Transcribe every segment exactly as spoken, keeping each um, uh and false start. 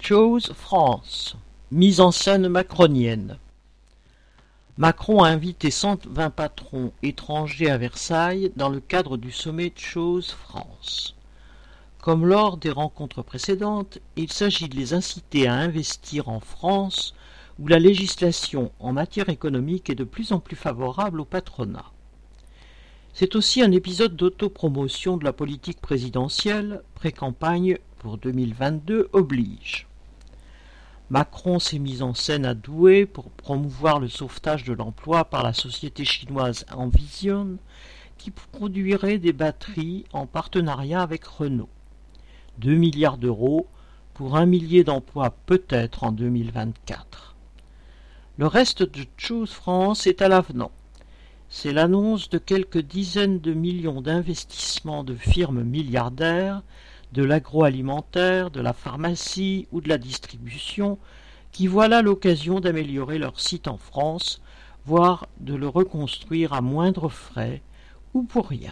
Chose France. Mise en scène macronienne. Macron a invité cent vingt patrons étrangers à Versailles dans le cadre du sommet Chose France. Comme lors des rencontres précédentes, il s'agit de les inciter à investir en France, où la législation en matière économique est de plus en plus favorable au patronat. C'est aussi un épisode d'autopromotion de la politique présidentielle, pré-campagne pour deux mille vingt-deux oblige. Macron s'est mis en scène à Douai pour promouvoir le sauvetage de l'emploi par la société chinoise Envision, qui produirait des batteries en partenariat avec Renault. deux milliards d'euros pour un millier d'emplois peut-être en deux mille vingt-quatre. Le reste de Chose France est à l'avenant. C'est l'annonce de quelques dizaines de millions d'investissements de firmes milliardaires, de l'agroalimentaire, de la pharmacie ou de la distribution, qui voilà l'occasion d'améliorer leur site en France, voire de le reconstruire à moindres frais ou pour rien.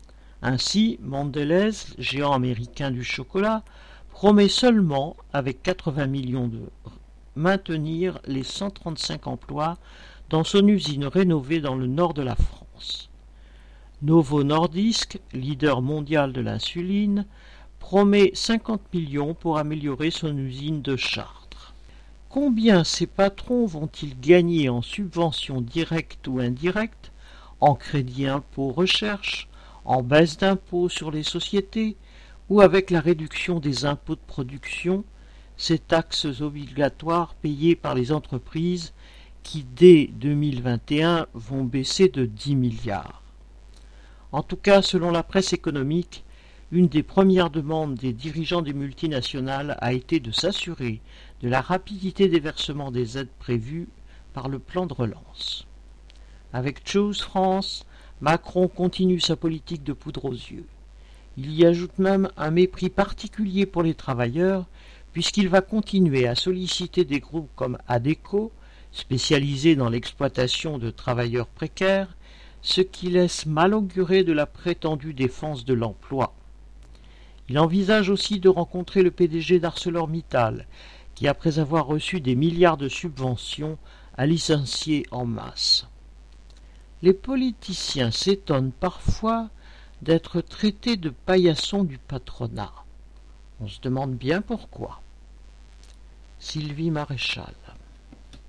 Ainsi, Mondelez, géant américain du chocolat, promet seulement, avec quatre-vingts millions de maintenir les cent trente-cinq emplois dans son usine rénovée dans le nord de la France. Novo Nordisk, leader mondial de l'insuline, promet cinquante millions pour améliorer son usine de Chartres. Combien ces patrons vont-ils gagner en subventions directes ou indirectes, en crédit impôt recherche, en baisse d'impôts sur les sociétés ou avec la réduction des impôts de production, ces taxes obligatoires payées par les entreprises qui, dès deux mille vingt et un, vont baisser de dix milliards. En tout cas, selon la presse économique, une des premières demandes des dirigeants des multinationales a été de s'assurer de la rapidité des versements des aides prévues par le plan de relance. Avec Chose France, Macron continue sa politique de poudre aux yeux. Il y ajoute même un mépris particulier pour les travailleurs, puisqu'il va continuer à solliciter des groupes comme Adecco, spécialisés dans l'exploitation de travailleurs précaires, ce qui laisse mal augurer de la prétendue défense de l'emploi. Il envisage aussi de rencontrer le P D G d'ArcelorMittal, qui, après avoir reçu des milliards de subventions, a licencié en masse. Les politiciens s'étonnent parfois d'être traités de paillassons du patronat. On se demande bien pourquoi. Sylvie Maréchal.